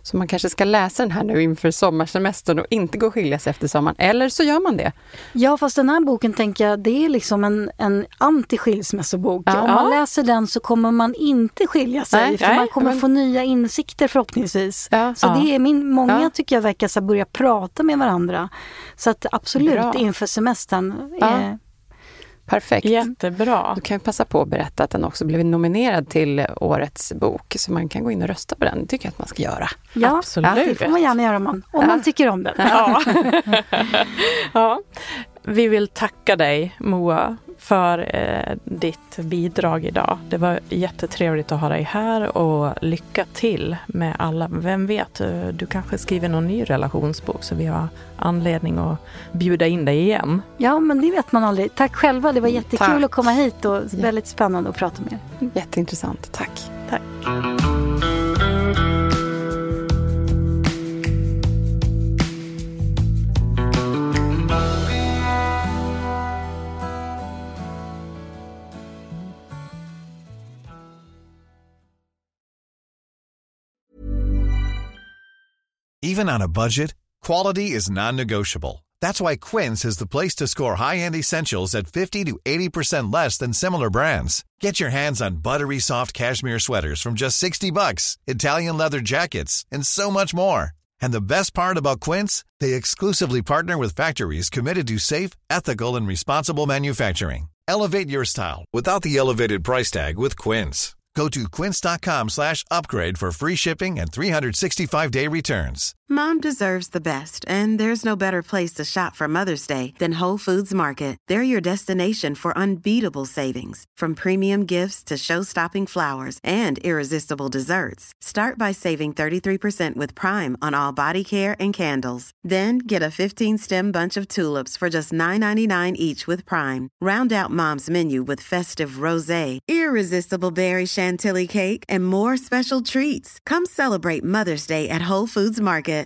Så man kanske ska läsa den här nu inför sommarsemestern och inte gå och skilja sig efter sommaren. Eller så gör man det. Ja, fast den här boken tänker jag, det är liksom en, en anti-skilsmässobok. Ja. Om man läser den så kommer man inte skilja sig. Nej, för nej, man kommer men... få nya insikter förhoppningsvis. Ja. Så ja. det är min, många ja. tycker jag verkar så börja prata med varandra. Så att absolut Bra. inför semestern ja. är... Perfekt. Jättebra. Du kan ju passa på att berätta att den också blev nominerad till årets bok. Så man kan gå in och rösta på den. Det tycker jag att man ska göra. Ja, absolut. Ja, det får man gärna göra om man, om ja. man tycker om den. Ja. ja. Vi vill tacka dig, Moa, för eh, ditt bidrag idag. Det var jättetrevligt att ha dig här och lycka till med alla. Vem vet, du kanske skriver någon ny relationsbok så vi har anledning att bjuda in dig igen. Ja, men det vet man aldrig. Tack själva, det var jättekul Tack. att komma hit och väldigt spännande att prata med er. Jätteintressant, tack. Tack. Even on a budget, quality is non-negotiable. That's why Quince is the place to score high-end essentials at fifty to eighty percent less than similar brands. Get your hands on buttery soft cashmere sweaters from just sixty bucks, Italian leather jackets, and so much more. And the best part about Quince, they exclusively partner with factories committed to safe, ethical, and responsible manufacturing. Elevate your style without the elevated price tag with Quince. Go to quince.com slash upgrade for free shipping and three sixty-five day returns. Mom deserves the best, and there's no better place to shop for Mother's Day than Whole Foods Market. They're your destination for unbeatable savings, from premium gifts to show-stopping flowers and irresistible desserts. Start by saving thirty-three percent with Prime on all body care and candles. Then get a fifteen stem bunch of tulips for just nine ninety-nine each with Prime. Round out Mom's menu with festive rosé, irresistible berry chantilly cake, and more special treats. Come celebrate Mother's Day at Whole Foods Market.